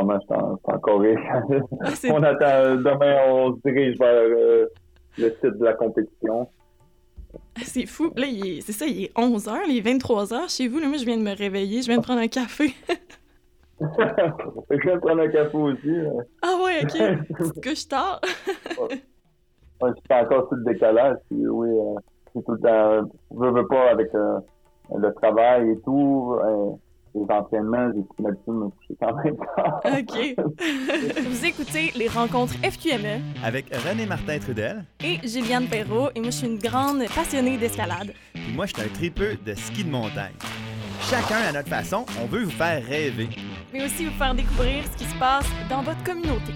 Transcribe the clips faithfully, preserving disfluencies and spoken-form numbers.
moment, je suis en, je suis en Corée. Ah, c'est... On attend, demain, on se dirige vers euh, le site de la compétition. Ah, c'est fou. Là, il est... c'est ça, il est onze heures, il est vingt-trois heures chez vous. Là, moi, je viens de me réveiller, je viens de prendre un café. Je viens de prendre un café aussi. Ah ouais, OK. Tu te couches tard. Ouais, je suis encore sur le décalage. Puis oui, euh, c'est tout le temps, je veux, veux pas avec euh, le travail et tout, euh, les entraînements, j'ai pris l'habitude de me coucher quand même tard. OK. Vous écoutez les rencontres F Q M E avec René Martin Trudel et Juliane Perrault. Et moi, je suis une grande passionnée d'escalade. Puis moi, je suis un tripeux de ski de montagne. Chacun à notre façon, on veut vous faire rêver. Mais aussi vous faire découvrir ce qui se passe dans votre communauté.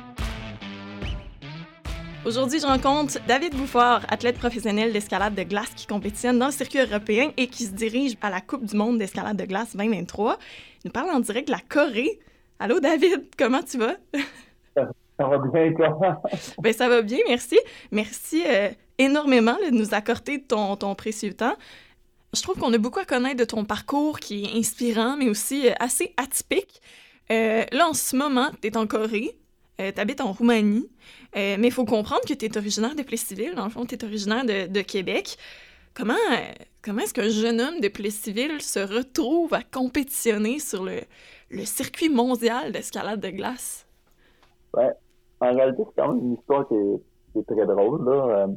Aujourd'hui, je rencontre David Bouffard, athlète professionnel d'escalade de glace qui compétitionne dans le circuit européen et qui se dirige à la Coupe du monde d'escalade de glace vingt vingt-trois. Il nous parle en direct de la Corée. Allô David, comment tu vas? Ça, ça va bien, toi? Ben ça va bien, merci. Merci euh, énormément là, de nous accorder ton, ton précieux temps. Je trouve qu'on a beaucoup à connaître de ton parcours qui est inspirant, mais aussi euh, assez atypique. Euh, là, en ce moment, tu es en Corée. Euh, tu habites en Roumanie, euh, mais il faut comprendre que tu es originaire de Plessisville. Dans le fond, tu es originaire de, de Québec. Comment, euh, comment est-ce qu'un jeune homme de Plessisville se retrouve à compétitionner sur le, le circuit mondial d'escalade de glace? Ouais, en réalité, c'est quand même une histoire qui est, qui est très drôle, là. Euh,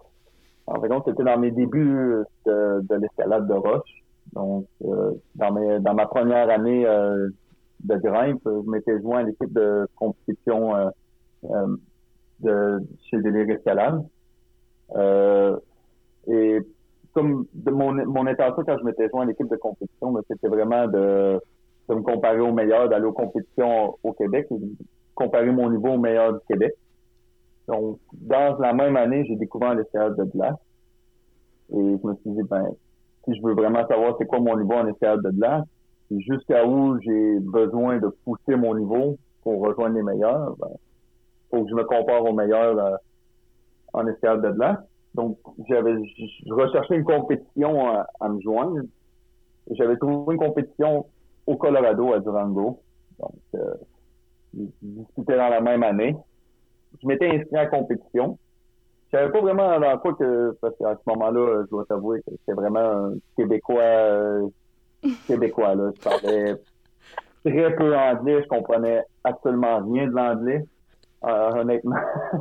en fait, c'était dans mes débuts de, de l'escalade de roche. Donc, euh, dans, mes, dans ma première année euh, de grimpe, je m'étais joint à l'équipe de compétition euh, euh, de chez Délire Escalade. Euh, et comme de mon, mon intention quand je m'étais joint à l'équipe de compétition, ben, c'était vraiment de, de me comparer aux meilleurs, d'aller aux compétitions au Québec et de comparer mon niveau aux meilleurs du Québec. Donc, dans la même année, j'ai découvert l'escalade de glace. Et je me suis dit, ben, si je veux vraiment savoir c'est quoi mon niveau en escalade de glace, et jusqu'à où j'ai besoin de pousser mon niveau pour rejoindre les meilleurs, ben, faut que je me compare aux meilleurs euh, en escalade de glace. Donc, j'avais, je recherchais une compétition à, à me joindre. J'avais trouvé une compétition au Colorado, à Durango. Donc, euh, je disputais dans la même année. Je m'étais inscrit à la compétition. Je savais pas vraiment dans quoi que, parce qu'à ce moment-là, je dois t'avouer que c'était vraiment un Québécois, euh, Québécois, là. Je parlais très peu anglais, je comprenais absolument rien de l'anglais, euh, honnêtement.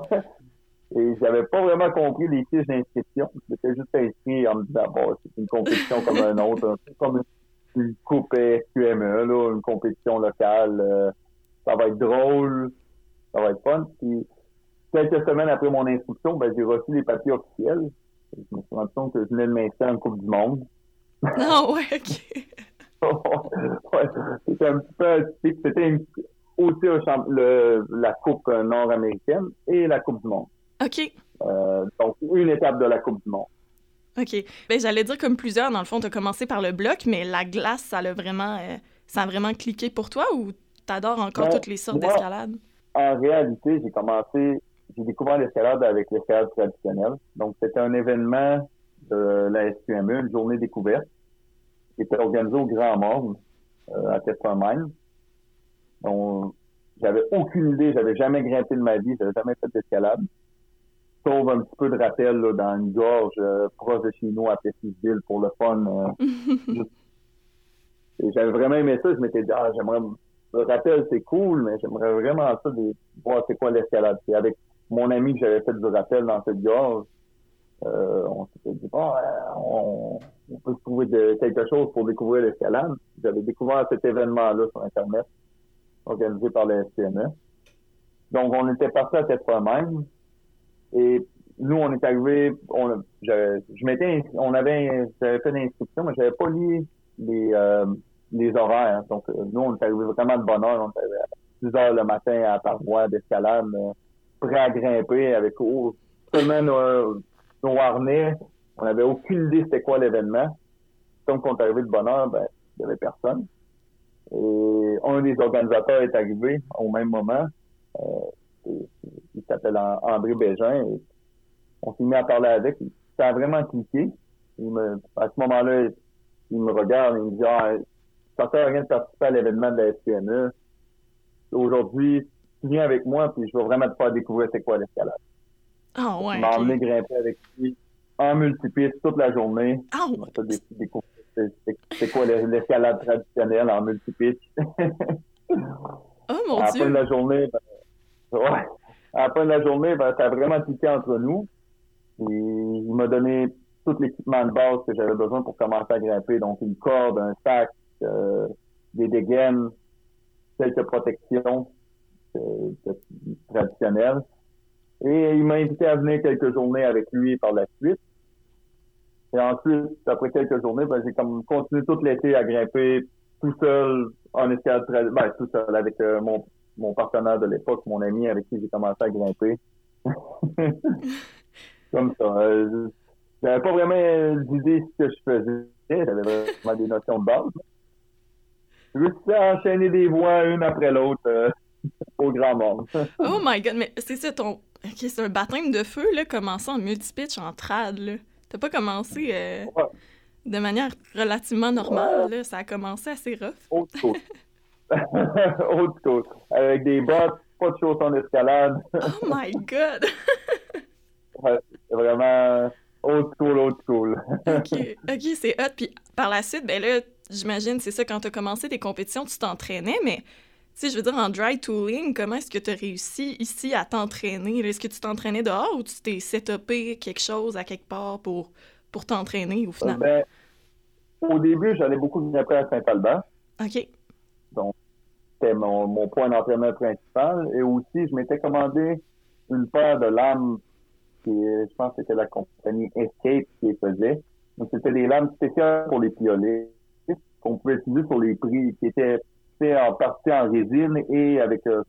Et j'avais pas vraiment compris les fiches d'inscription. Je m'étais juste inscrit en me disant, bon, c'est une compétition comme un autre, un peu comme une, une coupe F Q M E, là, une compétition locale. Euh, ça va être drôle, ça va être fun. Puis, quelques semaines après mon inscription, ben, j'ai reçu les papiers officiels. Je me suis rendu compte que je venais de m'inscrire en Coupe du monde. Non, ouais, OK. Ouais, c'était un petit peu atypique. C'était une, aussi un, le, la Coupe nord-américaine et la Coupe du monde. OK. Euh, donc, une étape de la Coupe du monde. OK. Ben, j'allais dire comme plusieurs, dans le fond, tu as commencé par le bloc, mais la glace, ça a vraiment, euh, ça a vraiment cliqué pour toi ou t'adores encore Ben, toutes les sortes moi, d'escalade? En réalité, j'ai commencé, j'ai découvert l'escalade avec l'escalade traditionnelle. Donc, c'était un événement de la S Q M E, une journée découverte, qui était organisée au Grand Morne, euh, à Test-Mine. Donc, j'avais aucune idée, j'avais jamais grimpé de ma vie, j'avais jamais fait d'escalade. Sauf un petit peu de rappel là, dans une gorge euh, proche de chez nous à Plessisville pour le fun. Euh, juste... Et j'avais vraiment aimé ça, je m'étais dit, ah, j'aimerais, le rappel c'est cool, mais j'aimerais vraiment ça de voir c'est quoi l'escalade. Et avec mon ami que j'avais fait du rappel dans cette gorge, euh, on s'était dit, bon, on, on peut trouver de, quelque chose pour découvrir l'escalade. J'avais découvert cet événement-là sur Internet, organisé par la S T M E. Donc, on était parti à Tête-Mine. Et nous, on est arrivé, on, je, je m'étais, on avait, j'avais fait l'inscription, mais j'avais pas lu les, euh, les horaires. Donc, nous, on est arrivé vraiment de bonne heure. On était à six heures le matin à la paroi d'escalade, euh, prêt à grimper avec oh, seulement nos, nos harnais. On n'avait aucune idée c'était quoi l'événement. Comme on est arrivé de bonne heure, ben, il y avait personne. Et un des organisateurs est arrivé au même moment. Euh, il s'appelle André Bégin. Et on s'est mis à parler avec. Ça a vraiment cliqué. Il me, à ce moment-là, il me regarde et il me dit ah, ça sert à rien de participer à l'événement de la S Q M E. aujourd'hui, tu viens avec moi, puis je vais vraiment te faire découvrir c'est quoi l'escalade. Ah ouais. Il m'a okay. emmené grimper avec lui en multipiste toute la journée. Ah ouais. On des, des, c'est, c'est, c'est quoi l'escalade traditionnelle en multipiste. Oh mon à Dieu! À la fin de la journée, ben, ouais, à la fin de la journée, ben, ça a vraiment piqué entre nous. Et il m'a donné tout l'équipement de base que j'avais besoin pour commencer à grimper. Donc, une corde, un sac, euh, des dégaines, quelques protections euh, traditionnelles. Et il m'a invité à venir quelques journées avec lui par la suite. Et ensuite, après quelques journées, ben, j'ai comme continué tout l'été à grimper tout seul en escalade, ben, tout seul avec euh, mon, mon partenaire de l'époque, mon ami avec qui j'ai commencé à grimper. Comme ça. Euh, j'avais pas vraiment d'idée de ce que je faisais. J'avais vraiment des notions de base. Je réussissais à enchaîner des voies une après l'autre euh, au grand monde. Oh my God, mais c'est ça ton... Ok, c'est un baptême de feu, là, commençant en multipitch, en trad, là. T'as pas commencé euh, ouais. de manière relativement normale, là. Ça a commencé assez rough. Old school. Old school. Avec des bottes, pas de chaussons d'escalade. Oh my God! Ouais, c'est vraiment old school, old school. OK, OK, c'est hot. Puis par la suite, ben là, j'imagine, c'est ça, quand t'as commencé tes compétitions, tu t'entraînais, mais... Tu sais, je veux dire, en dry tooling, comment est-ce que tu as réussi ici à t'entraîner? Est-ce que tu t'entraînais dehors ou tu t'es setupé quelque chose à quelque part pour, pour t'entraîner au final? Euh, ben, au début, j'allais beaucoup venir à Saint-Albert. OK. Donc, c'était mon, mon point d'entraînement principal. Et aussi, je m'étais commandé une paire de lames qui, je pense que c'était la compagnie Escape qui les faisait. Donc, c'était des lames spéciales pour les piolets qu'on pouvait utiliser sur les prix qui étaient en partie en résine et avec euh,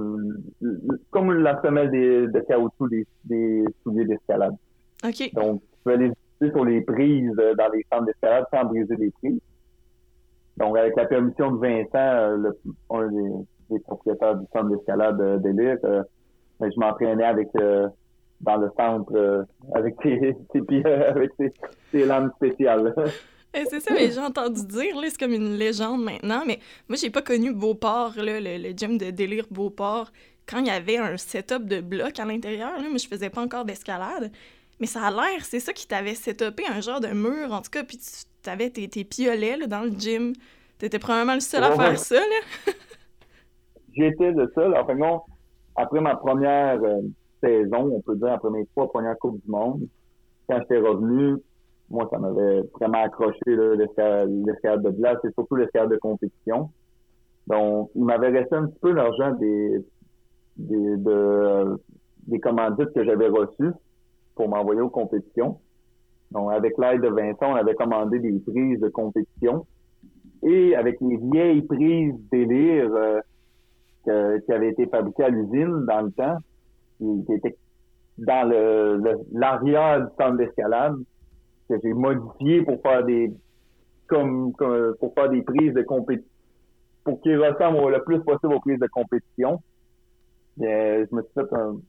comme la semelle des, de caoutchouc des, des souliers d'escalade. OK. Donc, tu peux les utiliser sur les prises dans les centres d'escalade sans briser les prises. Donc, avec la permission de Vincent, le, un des, des propriétaires du centre d'escalade d'Élire, euh, je m'entraînais avec euh, dans le centre euh, avec tes, tes, avec tes, tes lames spéciales. Et c'est ça, mais j'ai entendu dire, là, c'est comme une légende maintenant, mais moi, j'ai pas connu Beauport, là, le, le gym de délire Beauport, quand il y avait un setup de bloc à l'intérieur, là, moi, je faisais pas encore d'escalade, mais ça a l'air, c'est ça qui t'avait setupé, un genre de mur, en tout cas, puis tu avais tes, tes piolets, là, dans le gym. T'étais probablement le seul ouais, à faire ouais. ça, là. J'étais le seul, en fait, non, après ma première euh, saison, on peut dire, après mes trois premières Coupes du Monde, quand j'étais revenu, moi, ça m'avait vraiment accroché là, l'escalade, l'escalade de glace et surtout l'escalade de compétition. Donc, il m'avait resté un petit peu l'argent des, des, de, des commandites que j'avais reçues pour m'envoyer aux compétitions. Donc, avec l'aide de Vincent, on avait commandé des prises de compétition. Et avec les vieilles prises délire euh, que, qui avaient été fabriquées à l'usine dans le temps, qui, qui étaient dans le, le, l'arrière du centre d'escalade, que j'ai modifié pour faire des comme, comme pour faire des prises de compétition pour qu'ils ressemblent le plus possible aux prises de compétition. Et je me suis fait un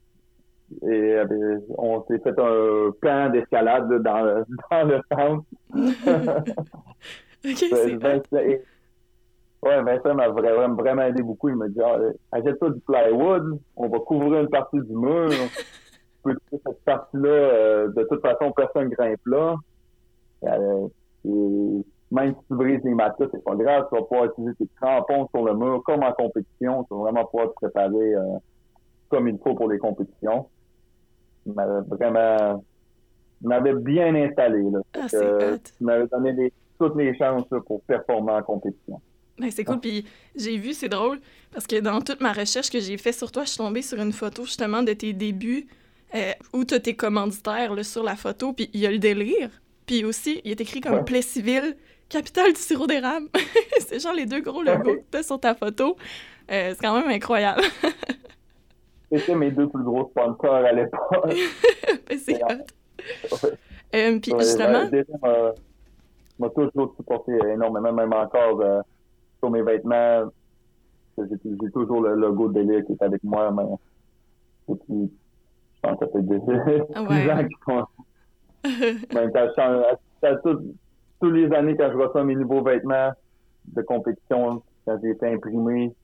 et on s'est fait un plan d'escalade là, dans le dans le centre. OK, c'est Vincent, et, ouais, Vincent m'a vraiment, vraiment aidé beaucoup. Il m'a dit ah, achète-toi du plywood, on va couvrir une partie du mur. Cette partie-là, euh, de toute façon, personne grimpe là. Euh, et même si tu brises les matelas, c'est pas grave, tu vas pouvoir utiliser tes crampons sur le mur, comme en compétition. Tu vas vraiment pouvoir te préparer euh, comme il faut pour les compétitions. Il m'avait vraiment... Il m'avait bien installé, là. Ah, c'est euh, hot. Il m'avait donné les, toutes les chances là, pour performer en compétition. Ben, c'est cool, puis j'ai vu, c'est drôle, parce que dans toute ma recherche que j'ai faite sur toi, je suis tombée sur une photo, justement, de tes débuts, Euh, où tu as tes commanditaires là, sur la photo, puis il y a le délire. Puis aussi, il est écrit comme ouais. Plessisville, capitale du sirop d'érable. C'est genre les deux gros logos que tu as sur ta photo. Euh, c'est quand même incroyable. C'était mes deux plus gros sponsors à l'époque. Ben, c'est hot. Ouais. Euh, puis ouais, justement... Ouais, déjà, m'a, m'a toujours supporté énormément, même encore euh, sur mes vêtements. J'ai, j'ai toujours le logo de délire qui est avec moi. Mais, et puis, je pense que ça fait des ouais. ans qu'ils font. Même quand je change, à tout, tous les années, quand je reçois mes nouveaux vêtements de compétition, quand j'ai été imprimé,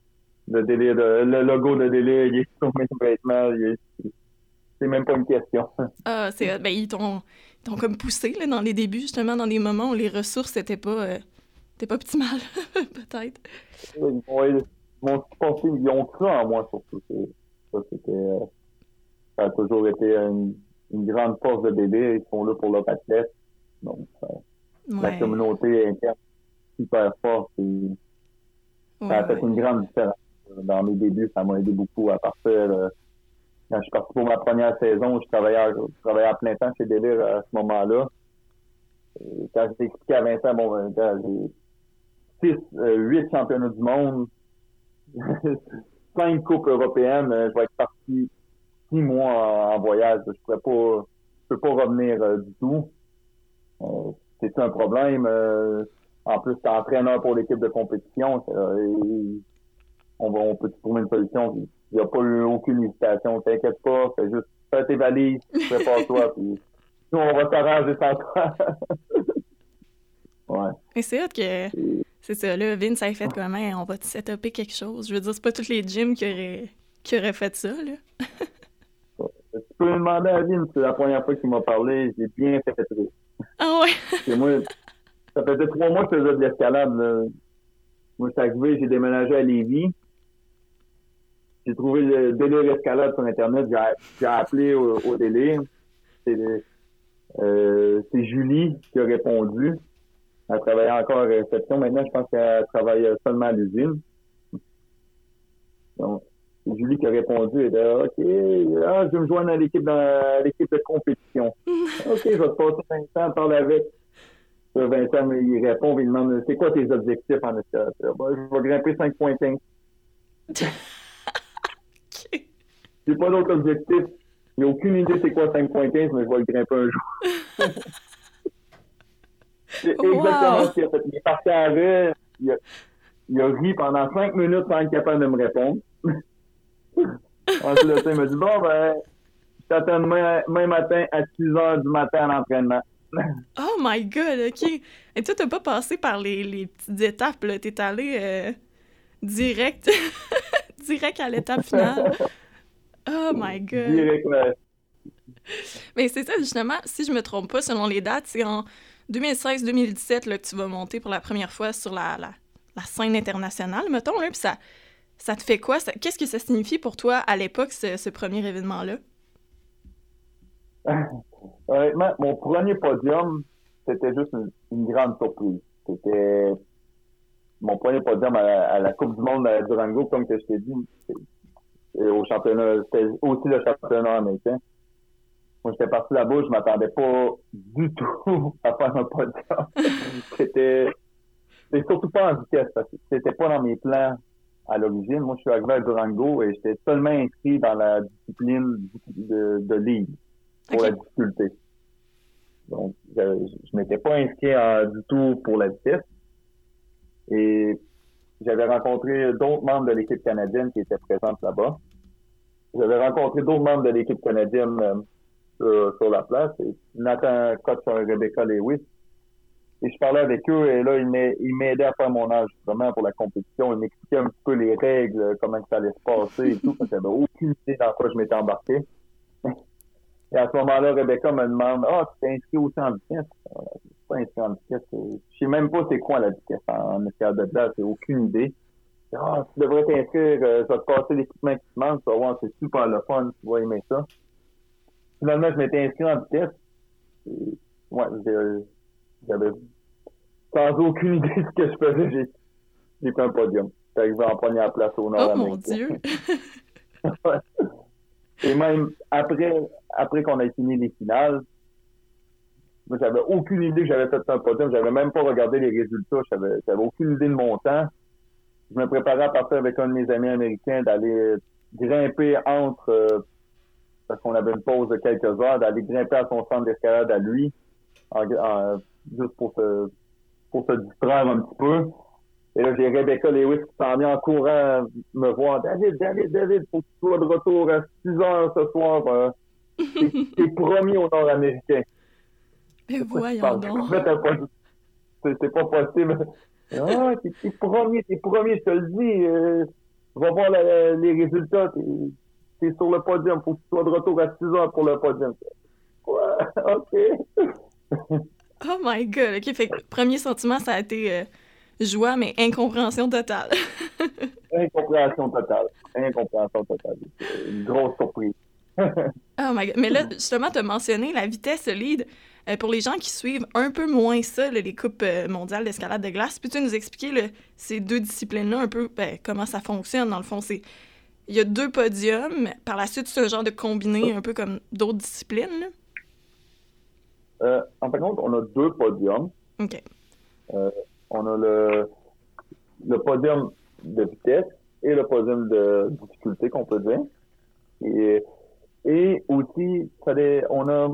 le délire, de, le logo de délire, il est sur mes vêtements, il est, c'est même pas une question. Ah, c'est, ben, ils t'ont, ils t'ont comme poussé, là, dans les débuts, justement, dans des moments où les ressources étaient pas, euh, étaient pas optimales, peut-être. Ils m'ont, m'ont pensé, ils ont cru en moi, surtout. C'est, ça, c'était, euh, ça a toujours été une, une grande force de bébé. Ils sont là pour leur athlète. Donc, euh, Ouais. la communauté interne super forte. Et Ouais, ça a fait ouais. une grande différence. Dans mes débuts, ça m'a aidé beaucoup à partir. Euh, quand je suis parti pour ma première saison, je travaillais à, je travaillais à plein temps chez Délire à ce moment-là. Et quand j'ai expliqué à Vincent, bon, ben, gars, j'ai six, euh, huit championnats du monde, cinq coupes européennes, euh, je vais être parti six mois en, en voyage. Je pourrais pas, je peux pas revenir euh, du tout. Euh, c'est un problème. Euh, en plus, t'es entraîneur pour l'équipe de compétition. Euh, et on va, on peut trouver une solution. Il n'y a pas eu aucune hésitation. T'inquiète pas, fais juste fais tes valises, prépare-toi, puis nous, on va s'arranger sans toi. Ouais. Mais c'est hot que, Et- c'est ça, là, Vince a fait comme, hey, on va te setuper quelque chose. Je veux dire, c'est pas tous les gyms qui auraient, qui auraient fait ça, là. Tu peux me demander à Vince, c'est la première fois qu'il m'a parlé, j'ai bien fait rire. Ah ouais? Et moi, ça faisait trois mois que je faisais de l'escalade, là. Moi, je suis arrivé, j'ai déménagé à Lévis. J'ai trouvé le délire escalade sur Internet. J'ai, j'ai appelé au, au délire. C'est, euh, c'est Julie qui a répondu. Elle travaillait encore à réception. Maintenant, je pense qu'elle travaille seulement à l'usine. Donc, c'est Julie qui a répondu. Elle a dit, OK, ah, je vais me joindre à l'équipe, dans, à l'équipe de compétition. OK, je vais te passer Vincent, parle avec. Vincent, il répond, il demande, c'est quoi tes objectifs en escalade? Ben, je vais grimper cinq virgule quinze. Ok. J'ai pas d'autre objectif. J'ai aucune idée c'est quoi cinq virgule quinze, mais je vais le grimper un jour. C'est Wow. exactement ce qu'il a fait. Il est parti avec, il a, il a ri pendant cinq minutes sans être capable de me répondre. Ensuite de ça, il m'a dit, bon, ben, je t'attends demain, demain matin à six heures du matin à l'entraînement. Oh my God, OK. Et toi, t'as pas passé par les, les petites étapes, là. T'es allé euh, direct, direct à l'étape finale. Oh my God. Direct, ouais. Mais c'est ça, justement, si je me trompe pas, selon les dates, c'est en deux mille seize deux mille dix-sept là, que tu vas monter pour la première fois sur la, la, la scène internationale, mettons, là, puis ça, ça te fait quoi? Ça, qu'est-ce que ça signifie pour toi, à l'époque, ce, ce premier événement-là? Honnêtement, mon premier podium, c'était juste une, une grande surprise. C'était mon premier podium à la, à la Coupe du monde à Durango, comme que je t'ai dit, et au championnat, c'était aussi le championnat américain. Moi, j'étais parti là-bas, je m'attendais pas du tout à faire un podium. c'était, c'était surtout pas en vitesse, parce que c'était pas dans mes plans à l'origine. Moi, je suis arrivé à Durango et j'étais seulement inscrit dans la discipline de, de ligue pour Okay. la difficulté. Donc, je, je m'étais pas inscrit en, du tout pour la vitesse. Et j'avais rencontré d'autres membres de l'équipe canadienne qui étaient présentes là-bas. J'avais rencontré d'autres membres de l'équipe canadienne euh, sur, sur la place. Et Nathan Coach et Rebecca Lewis. Et je parlais avec eux et là, ils m'a- ils m'aidaient à faire mon enregistrement pour la compétition. Ils m'expliquaient un petit peu les règles, comment ça allait se passer et tout. Parce que j'avais aucune idée dans quoi je m'étais embarqué. Et à ce moment-là, Rebecca me demande, ah, tu t'es inscrit aussi en vitesse? Euh, je suis pas inscrit en vitesse. Je sais même pas c'est quoi la vitesse en escalade de glace. J'ai aucune idée. Ah, tu devrais t'inscrire, euh, ça va te passer l'équipement qui te manque, tu vas voir, c'est super le fun, tu vas aimer ça. Finalement, je m'étais inscrit en vitesse. Et, ouais, j'ai- j'avais, sans aucune idée de ce que je faisais, j'ai, j'ai fait un podium. J'étais arrivé en première place au Nord Oh mon américain. Dieu! Ouais. Et même après, après qu'on ait fini les finales, moi, j'avais aucune idée que j'avais fait un podium. J'avais même pas regardé les résultats. J'avais, j'avais aucune idée de mon temps. Je me préparais à partir avec un de mes amis américains d'aller grimper entre, euh, parce qu'on avait une pause de quelques heures, d'aller grimper à son centre d'escalade à lui, en, en, juste pour se, pour se distraire un petit peu. Et là, j'ai Rebecca Lewis qui s'en vient en courant me voir. David, David, David, faut que tu sois de retour à six heures ce soir. Euh, t'es, t'es promis au Nord-Américain. Mais voyons donc! C'est, c'est pas possible. Ah, t'es, t'es premier, t'es premier, je te le dis. Euh, tu vas voir la, les résultats, t'es, t'es sur le podium, faut que tu sois de retour à six heures pour le podium. Quoi? OK. Oh my God! OK, fait que premier sentiment, ça a été euh, joie, mais incompréhension totale. Incompréhension totale. Incompréhension totale. C'est une grosse surprise. Oh my God! Mais là, justement, tu as mentionné la vitesse lead. Euh, pour les gens qui suivent un peu moins ça, là, les coupes euh, mondiales d'escalade de glace, peux-tu nous expliquer là, ces deux disciplines-là, un peu ben, comment ça fonctionne? Dans le fond, c'est il y a deux podiums. Par la suite, c'est un genre de combiné, un peu comme d'autres disciplines. Là. Euh, en fin de compte, on a deux podiums. OK. Euh, on a le, le podium de vitesse et le podium de difficulté, qu'on peut dire. Et, et aussi, ça dé, on a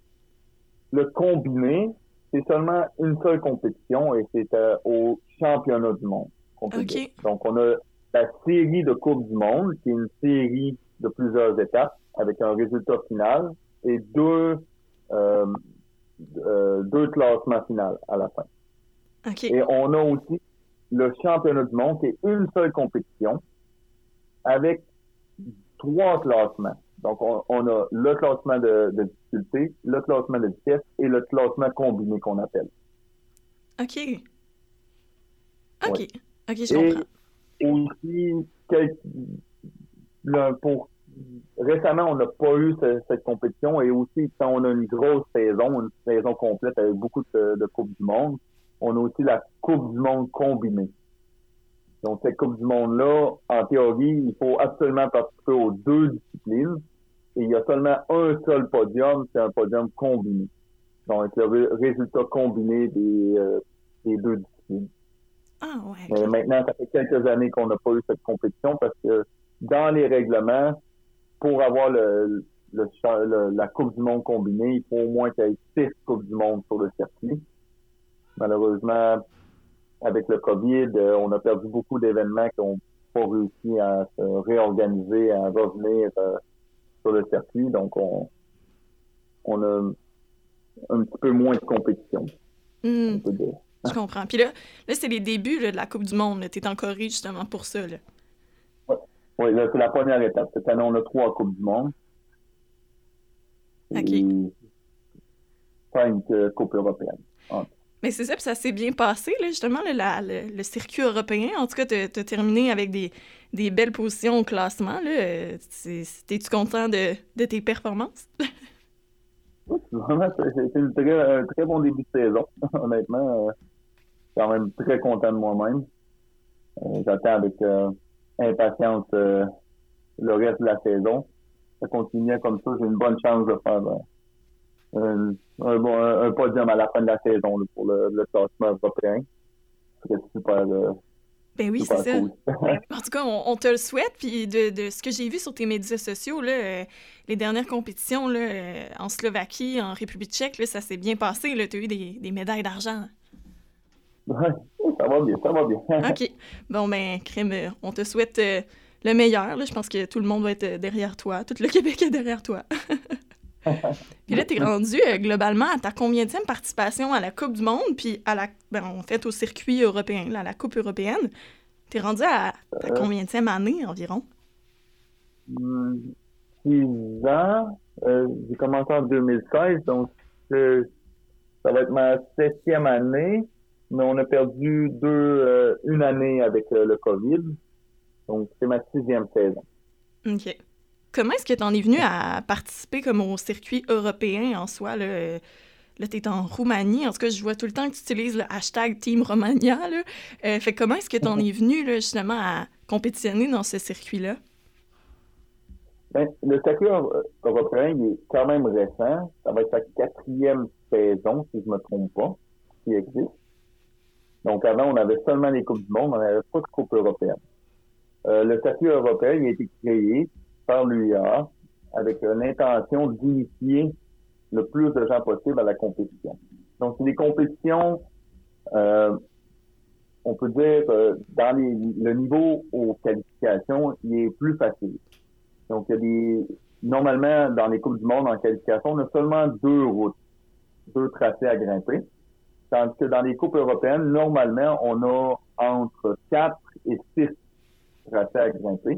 le combiné, c'est seulement une seule compétition et c'est euh, au championnat du monde, qu'on peut OK. dire. Donc, on a la série de Coupe du monde, qui est une série de plusieurs étapes avec un résultat final et deux, euh, euh, deux classements finaux à la fin. OK. Et on a aussi le championnat du monde, qui est une seule compétition avec trois classements. Donc, on, on a le classement de, de difficulté, le classement de vitesse et le classement combiné qu'on appelle. OK. OK. Ouais. OK, je comprends. Et aussi, quel, le, pour, récemment, on n'a pas eu ce, cette compétition et aussi, quand on a une grosse saison, une saison complète avec beaucoup de, de Coupes du monde, on a aussi la Coupe du monde combinée. Donc, cette Coupe du monde-là, en théorie, il faut absolument participer aux deux disciplines. Et il y a seulement un seul podium, c'est un podium combiné. Donc, le ré- résultat combiné des, euh, des deux disciplines. Ah ouais. Mais OK. maintenant, ça fait quelques années qu'on n'a pas eu cette compétition parce que dans les règlements, pour avoir le, le, le, la Coupe du monde combinée, il faut au moins qu'il y ait six Coupes du monde sur le circuit. Malheureusement, avec le COVID, euh, on a perdu beaucoup d'événements qui n'ont pas réussi à se réorganiser, à revenir euh, sur le circuit. Donc, on, on a un petit peu moins de compétition, Mm, on peut dire. je comprends. Puis là, là c'est les débuts là, de la Coupe du monde. Tu es en Corée justement pour ça. Là. Oui, ouais, là, c'est la première étape. Cette année, on a trois Coupes du monde. Et OK. cinq euh, Coupes européennes. Ah. Mais c'est ça, puis ça s'est bien passé, là, justement, là, la- le, le circuit européen. En tout cas, tu as terminé avec des, des belles positions au classement. Là. Euh, c'est- T'es-tu content de, de tes performances? Oui, vraiment, c'est c'est une très, un très bon début de saison. Honnêtement, euh, quand même très content de moi-même. Euh, J'attends avec euh, impatience euh, le reste de la saison. Ça continue comme ça, j'ai une bonne chance de faire euh, un, un, bon, un, un podium à la fin de la saison là, pour le, le classement européen. C'est super, euh, Ben oui, c'est super ça. cool. En tout cas, on, on te le souhaite. Puis de, de ce que j'ai vu sur tes médias sociaux, là, euh, les dernières compétitions là, euh, en Slovaquie, en République tchèque, là, ça s'est bien passé. Tu as eu des, des médailles d'argent. Ouais, ça va bien, ça va bien. OK. Bon, ben, Crème, euh, on te souhaite euh, le meilleur. Là. Je pense que tout le monde va être euh, derrière toi. Tout le Québec est derrière toi. Puis là, t'es rendu euh, globalement à ta combienième participation à la Coupe du monde, puis à la, ben, en fait, au circuit européen, là, à la Coupe européenne. T'es rendu à ta Euh, combienième année environ? hum, six ans, euh, j'ai commencé en deux mille seize, donc euh, ça va être ma septième année, mais on a perdu deux, euh, une année avec euh, le COVID, donc c'est ma sixième saison. OK. Comment est-ce que t'en es venu à participer comme au circuit européen en soi, là? euh, Là, t'es en Roumanie. En tout cas, je vois tout le temps que tu utilises le hashtag Team Romania, là. Euh, fait que comment est-ce que t'en es venu, là, justement, à compétitionner dans ce circuit-là? Ben, le circuit euro- européen, il est quand même récent. Ça va être sa quatrième saison, si je me trompe pas, qui existe. Donc avant, on avait seulement les Coupes du monde, on n'avait pas de Coupe européenne. Euh, le circuit européen, il a été créé par l'U I A avec euh, l'intention d'initier le plus de gens possible à la compétition. Donc, c'est des compétitions, euh, on peut dire, euh, dans les, le niveau aux qualifications, il est plus facile. Donc, il y a des, normalement, dans les Coupes du monde en qualification, on a seulement deux routes, deux tracés à grimper. Tandis que dans les Coupes européennes, normalement, on a entre quatre et six tracés à grimper,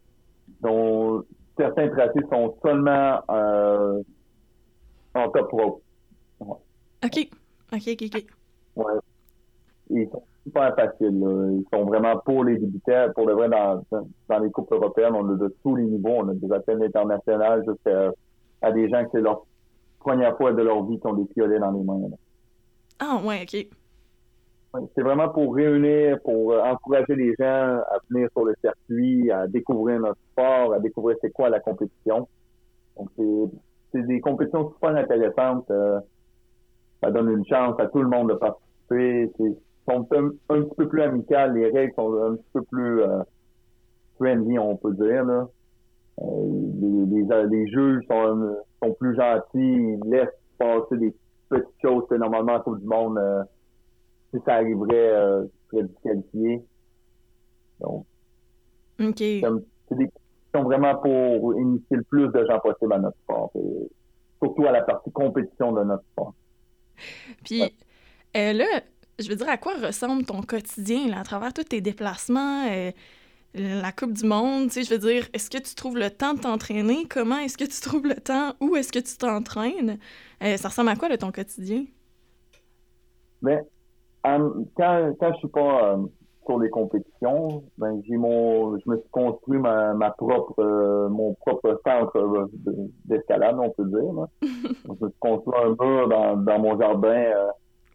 dont certains tracés sont seulement euh, en top rope. Ouais. OK. OK, OK, OK. Ouais. Ils sont super faciles, là. Ils sont vraiment pour les débutants. Pour le vrai, dans, dans les coupes européennes, on a de tous les niveaux. On a des athlètes internationales jusqu'à à des gens que c'est leur première fois de leur vie qui ont des piolets dans les mains. Là. Ah, ouais, OK. Ouais, c'est vraiment pour réunir, pour euh, encourager les gens à venir sur le circuit, à découvrir notre sport, à découvrir c'est quoi la compétition. Donc, c'est, c'est des compétitions super intéressantes. Euh, ça donne une chance à tout le monde de participer. C'est sont un, un petit peu plus amicales, les règles sont un petit peu plus euh, friendly, on peut dire. Là. Euh, les, les, les juges sont, sont plus gentils, ils laissent passer des petites choses que normalement tout le monde, euh, si ça arriverait, euh, serait disqualifié. Donc, OK. c'est, c'est des compétitions vraiment pour initier le plus de gens possible à notre sport, et surtout à la partie compétition de notre sport. Puis ouais. euh, là, je veux dire, à quoi ressemble ton quotidien là, à travers tous tes déplacements, euh, la Coupe du Monde, tu sais, je veux dire, est-ce que tu trouves le temps de t'entraîner? Comment est-ce que tu trouves le temps? Où est-ce que tu t'entraînes? Euh, ça ressemble à quoi, là, ton quotidien? Ben, um, quand, quand je suis pas euh, sur les compétitions, ben, j'ai mon, je me suis construit ma, ma propre, euh, mon propre centre euh, d'escalade, on peut dire, là. Je me suis construit un mur dans, dans mon jardin, euh,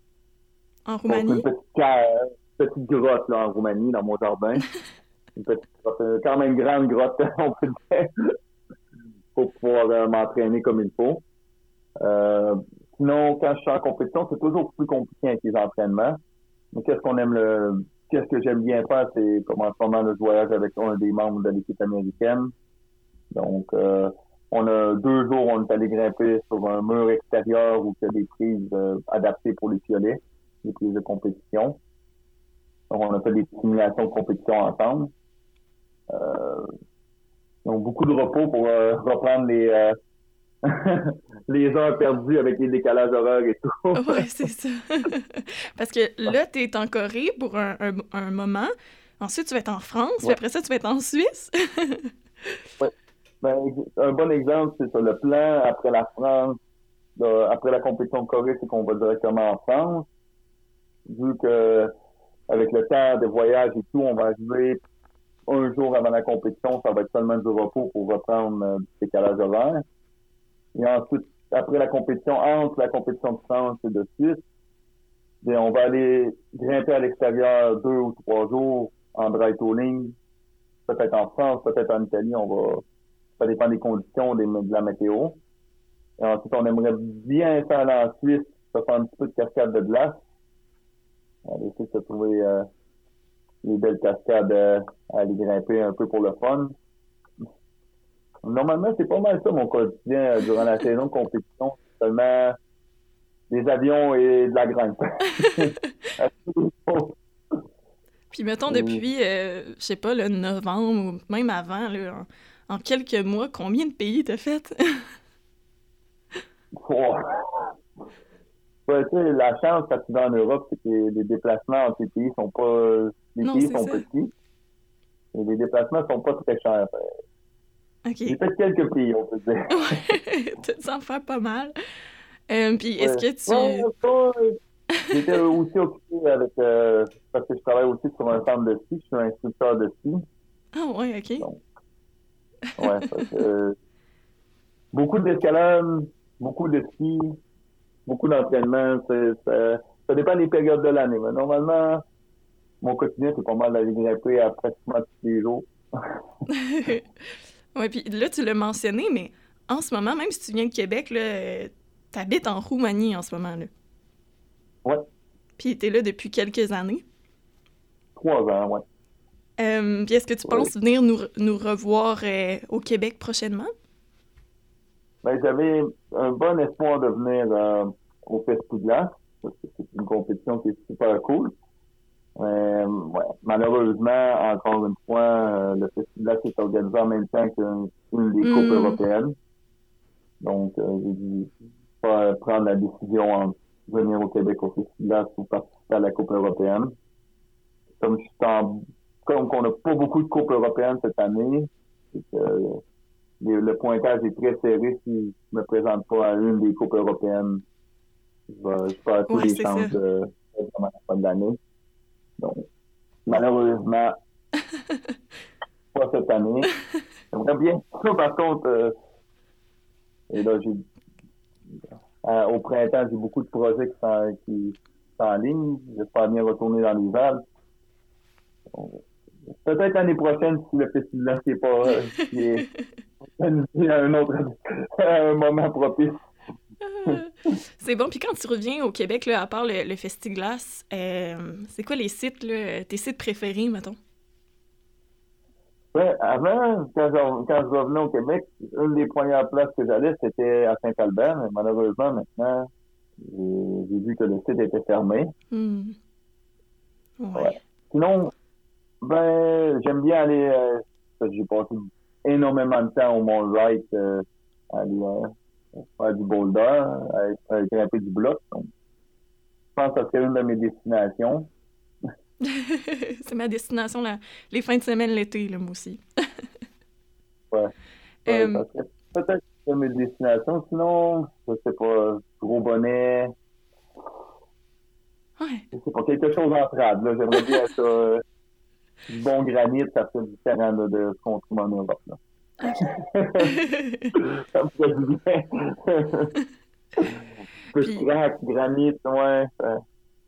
en Roumanie? Une petite, une petite grotte, là, en Roumanie, dans mon jardin. Une petite grotte, quand même grande grotte, on peut dire, pour pouvoir euh, m'entraîner comme il faut. Euh, sinon, quand je suis en compétition, c'est toujours plus compliqué avec les entraînements. Mais qu'est-ce qu'on aime le, qu'est-ce que j'aime bien faire, c'est comme en ce moment, le voyage avec un des membres de l'équipe américaine. Donc, euh, on a deux jours, on est allé grimper sur un mur extérieur où il y a des prises euh, adaptées pour les piolets, des prises de compétition. Donc, on a fait des simulations de compétition ensemble. Euh, donc, beaucoup de repos pour euh, reprendre les euh, les heures perdues avec les décalages horaires et tout. Ouais, c'est ça. Parce que là, tu es en Corée pour un, un, un moment. Ensuite, tu vas être en France. Ouais. Puis après ça, tu vas être en Suisse. Ouais. Ben, un bon exemple, c'est sur le plan après la France. Là, après la compétition de Corée, c'est qu'on va directement en France. Vu que avec le temps de voyage et tout, on va arriver un jour avant la compétition, ça va être seulement du repos pour reprendre euh, du décalage horaire. Et ensuite, après la compétition, entre la compétition de France et de Suisse, bien, on va aller grimper à l'extérieur deux ou trois jours en dry tooling, peut-être en France, peut-être en Italie, on va, ça dépend des conditions, des, de la météo. Et ensuite, on aimerait bien faire aller en Suisse, ça fait un petit peu de cascade de glace. On va essayer de se trouver euh, les belles cascades euh, à aller grimper un peu pour le fun. Normalement, c'est pas mal ça mon quotidien euh, durant la saison de compétition. Seulement des avions et de la grimpe. Puis mettons, depuis, euh, je sais pas, le novembre ou même avant, là, en, en quelques mois, combien de pays t'as fait? Oh. Ouais, tu sais, la chance quand tu vas en Europe, c'est que les déplacements entre les pays sont pas... Les non, pays sont ça. petits. Et les déplacements sont pas très chers. Okay. J'ai fait quelques pays, on peut dire. Ouais, tu t'en fais pas mal. Euh, Puis est-ce ouais. que tu... Ouais, ouais. J'étais aussi occupé avec... Euh, parce que je travaille aussi sur un centre de ski. Je suis un instructeur de ski. Ah ouais, OK. Donc, ouais, parce que, euh, beaucoup d'escalade, beaucoup de ski, beaucoup d'entraînement. C'est, c'est, ça dépend des périodes de l'année. Mais normalement, mon quotidien, c'est pas mal d'aller grimper à pratiquement tous les jours. Ouais, puis là, tu l'as mentionné, mais en ce moment, même si tu viens de Québec, là, euh, t'habites en Roumanie en ce moment, là. Ouais. Puis t'es là depuis quelques années. Trois ans, ouais. Euh, puis est-ce que tu ouais. penses venir nous, nous revoir euh, au Québec prochainement? Ben, j'avais un bon espoir de venir euh, au Festi-Glace, parce que c'est une compétition qui est super cool. Euh, ouais. Malheureusement, encore une fois, euh, le Festi-Glace est organisé en même temps qu'une une des coupes mm. européennes. Donc, euh, j'ai dû pas prendre la décision entre venir au Québec au Festi-Glace ou participer à la coupe européenne. Comme je suis en comme qu'on n'a pas beaucoup de coupes européennes cette année, c'est que le, le pointage est très serré. Si je me présente pas à une des coupes européennes, je vais, je vais avoir tous Ouais, les c'est chances ça. de être à la fin de l'année. Donc, malheureusement, pas cette année. J'aimerais bien ça, par contre, euh, et là, j'ai, euh, au printemps, j'ai beaucoup de projets qui sont, qui sont en ligne. J'espère bien retourner dans les Alpes. Donc, peut-être l'année prochaine, si le festival n'est pas, euh, qui est organisé à un autre, à un moment propice. C'est bon. Puis quand tu reviens au Québec, là, à part le, le Festiglace, euh, c'est quoi les sites, là, tes sites préférés, mettons? Ouais, avant, quand je, quand je revenais au Québec, une des premières places que j'allais, c'était à Saint-Albert, mais malheureusement, maintenant, j'ai, j'ai vu que le site était fermé. Hmm. Ouais. Ouais. Sinon, ben, j'aime bien aller, euh, parce que j'ai passé énormément de temps au Mont Wright, euh, à aller euh, faire du boulder, à, à grimper du bloc. Donc, je pense que ça serait une de mes destinations. C'est ma destination, là, les fins de semaine, l'été, là, moi aussi. Ouais. Ouais, Euh, ça serait peut-être une de mes destinations. Sinon, je sais pas, Gros Bonnet, ouais. je sais pas, quelque chose en trad, là. J'aimerais bien ça, euh, du bon granit, ça serait différent là, de ce qu'on trouve en Europe, là. Ça me ferait du bien. Peu de Puis, crack, granit, ouais. ça-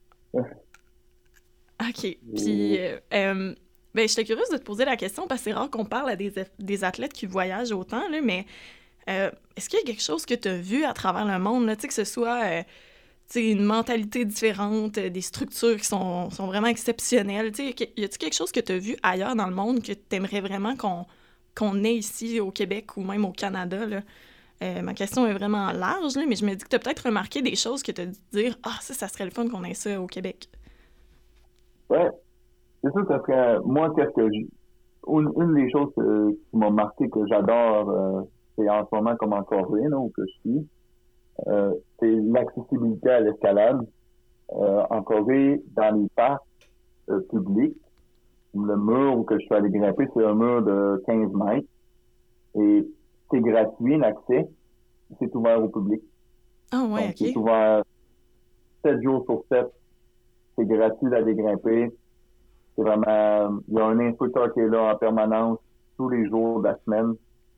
OK. Puis, euh, euh, ben, j'étais curieuse de te poser la question parce que c'est rare qu'on parle à des, des athlètes qui voyagent autant, là, mais euh, est-ce qu'il y a quelque chose que tu as vu à travers le monde, là, tu sais, que ce soit euh, tu sais, une mentalité différente, euh, des structures qui sont, sont vraiment exceptionnelles, tu sais, y a-t-il quelque chose que tu as vu ailleurs dans le monde que tu aimerais vraiment qu'on qu'on ait ici au Québec ou même au Canada, là? Euh, ma question est vraiment large, là, mais je me dis que tu as peut-être remarqué des choses que tu as dû te dire « Ah, ça, ça serait le fun qu'on ait ça au Québec. » Ouais, c'est sûr, ça serait, moi, qu'est-ce que je, une, une des choses que- qui m'a marqué, que j'adore, euh, c'est en ce moment comme en Corée, là, où que je suis, euh, c'est l'accessibilité à l'escalade. Euh, en Corée, dans les parcs euh, publics, le mur où que je suis allé grimper, c'est un mur de quinze mètres. Et c'est gratuit l'accès, c'est ouvert au public. Ah ouais, Donc, c'est OK. ouvert sept jours sur sept, c'est gratuit d'aller grimper. C'est vraiment, il y a un instructeur qui est là en permanence tous les jours de la semaine.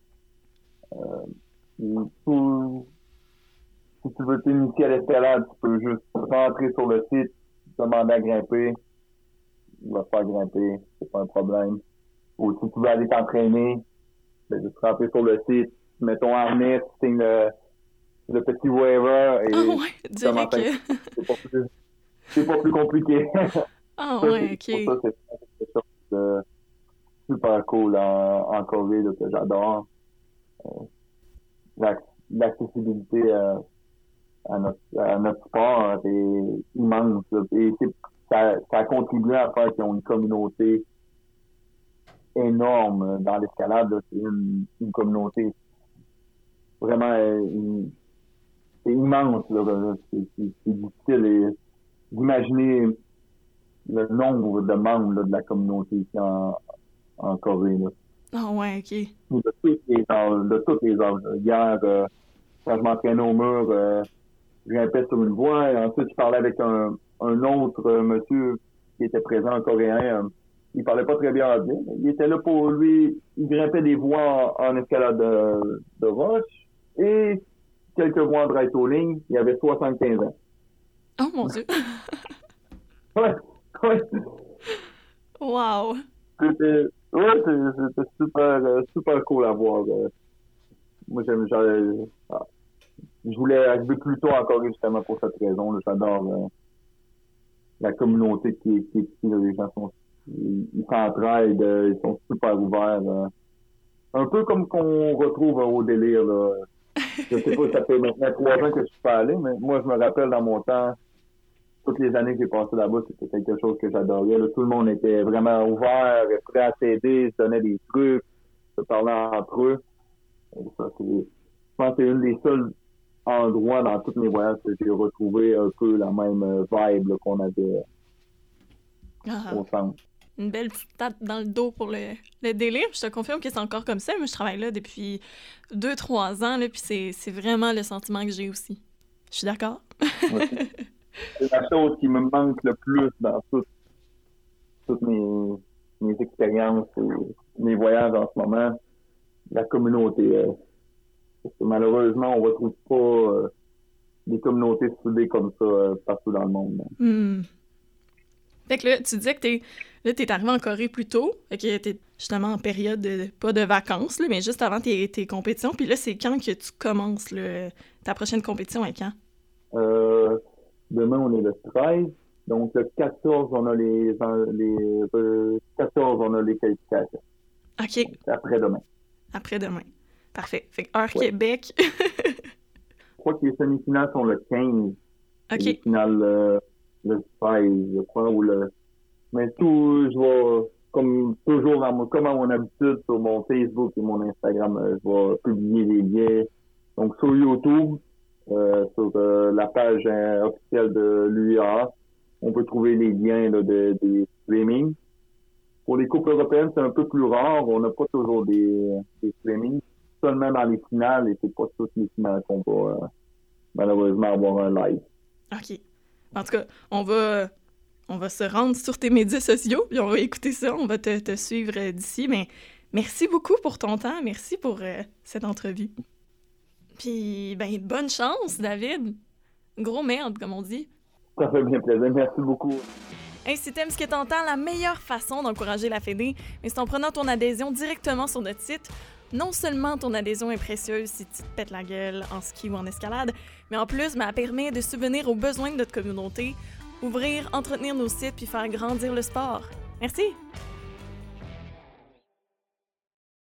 Euh, tout, si tu veux t'initier à l'escalade, tu peux juste rentrer sur le site, demander à grimper, il va te faire grimper, c'est pas un problème. Ou si tu veux aller t'entraîner, ben, juste rentrer sur le site, tu mets ton harnais, tu signes le, le petit waiver Ah et ouais, tu commences direct. à... que- C'est pas plus, c'est pas plus compliqué. Ah Ça, ouais, c'est, pour OK. ça, c'est quelque chose de super cool en, en Corée, là, que j'adore. L'ac- L'accessibilité euh, à notre, à notre sport est immense, là. Et c'est, ça, ça a contribué à faire qu'ils ont une communauté énorme dans l'escalade, là. C'est une, une communauté vraiment euh, une- c'est immense, là. là. C'est, c'est, c'est difficile et d'imaginer le nombre de membres là, de la communauté ici en, en Corée, là. Ah ouais, OK. De tous les âges, de tous les âges. Hier, euh, quand je m'entraînais au mur, euh, je grimpais sur une voie et ensuite je parlais avec un, un autre euh, monsieur qui était présent, un Coréen. Euh, il parlait pas très bien anglais. Il était là pour lui, il grimpait des voies en, en escalade de, de roche et quelques voies en dry tooling. Il avait soixante-quinze ans. Oh mon Dieu. Ouais, ouais. Wow. C'était, ouais, c'est- c'était super, euh, super cool à voir. euh. Moi, j'aime, j'avais- ah, je voulais arriver plus tôt en Corée justement pour cette raison, là. J'adore euh, la communauté qui est, qui est ici, là. Les gens sont, ils ils s'entraident, euh, ils sont super ouverts. euh. Un peu comme qu'on retrouve euh, au délire, là. Je sais pas, ça fait maintenant trois ans que je suis pas allé, mais moi, je me rappelle dans mon temps, toutes les années que j'ai passées là-bas, c'était quelque chose que j'adorais, là. Tout le monde était vraiment ouvert, prêt à s'aider, se donnait des trucs, se parlait entre eux. Et ça, c'est, je pense que c'est une des seuls endroits dans tous mes voyages que j'ai retrouvé un peu la même euh, vibe là, qu'on avait Ah, au centre. une belle petite tape dans le dos pour le, le délire. Je te confirme que c'est encore comme ça. Moi, je travaille là depuis deux trois ans, là, puis c'est, c'est vraiment le sentiment que j'ai aussi. Je suis d'accord? Ouais. C'est la chose qui me manque le plus dans tout, toutes mes, mes expériences et mes voyages en ce moment, la communauté. Euh, parce que malheureusement, on ne retrouve pas euh, des communautés soudées comme ça euh, partout dans le monde. Mm. Fait que là, tu disais que t'es, là, t'es arrivé en Corée plus tôt, fait que t'es justement en période, de, pas de vacances, là, mais juste avant tes, tes compétitions. Puis là, c'est quand que tu commences là, ta prochaine compétition et quand? Euh, demain, on est le treize. Donc, le quatorze, on a les, les euh, quatorze, on a les qualifications. OK. Donc, après-demain. Après-demain. Parfait. Fait que heure Ouais. Québec. Je crois que les semi-finales sont le quinze. OK. Les finales euh, le treize, je crois, ou le... Mais tout, je vais, comme toujours, dans mon, comme à mon habitude, sur mon Facebook et mon Instagram, euh, je vais publier les liens. Donc, sur YouTube, euh, sur euh, la page euh, officielle de l'U I A, on peut trouver les liens là, de, des streamings. Pour les coupes européennes, c'est un peu plus rare. On n'a pas toujours des, des streamings. Seulement dans les finales, et c'est pas toutes les finales qu'on va euh, malheureusement avoir un live. OK. En tout cas, on va, on va se rendre sur tes médias sociaux, puis on va écouter ça, on va te, te suivre euh, d'ici. Mais merci beaucoup pour ton temps, merci pour euh, cette entrevue. Puis, ben, bonne chance, David. Gros merde, comme on dit. Ça fait bien plaisir. Merci beaucoup. Hey, si t'aimes ce que t'entends, la meilleure façon d'encourager la Fédé, mais c'est en prenant ton adhésion directement sur notre site. Non seulement ton adhésion est précieuse si tu te pètes la gueule en ski ou en escalade, mais en plus, ben, elle permet de subvenir aux besoins de notre communauté, ouvrir, entretenir nos sites puis faire grandir le sport. Merci!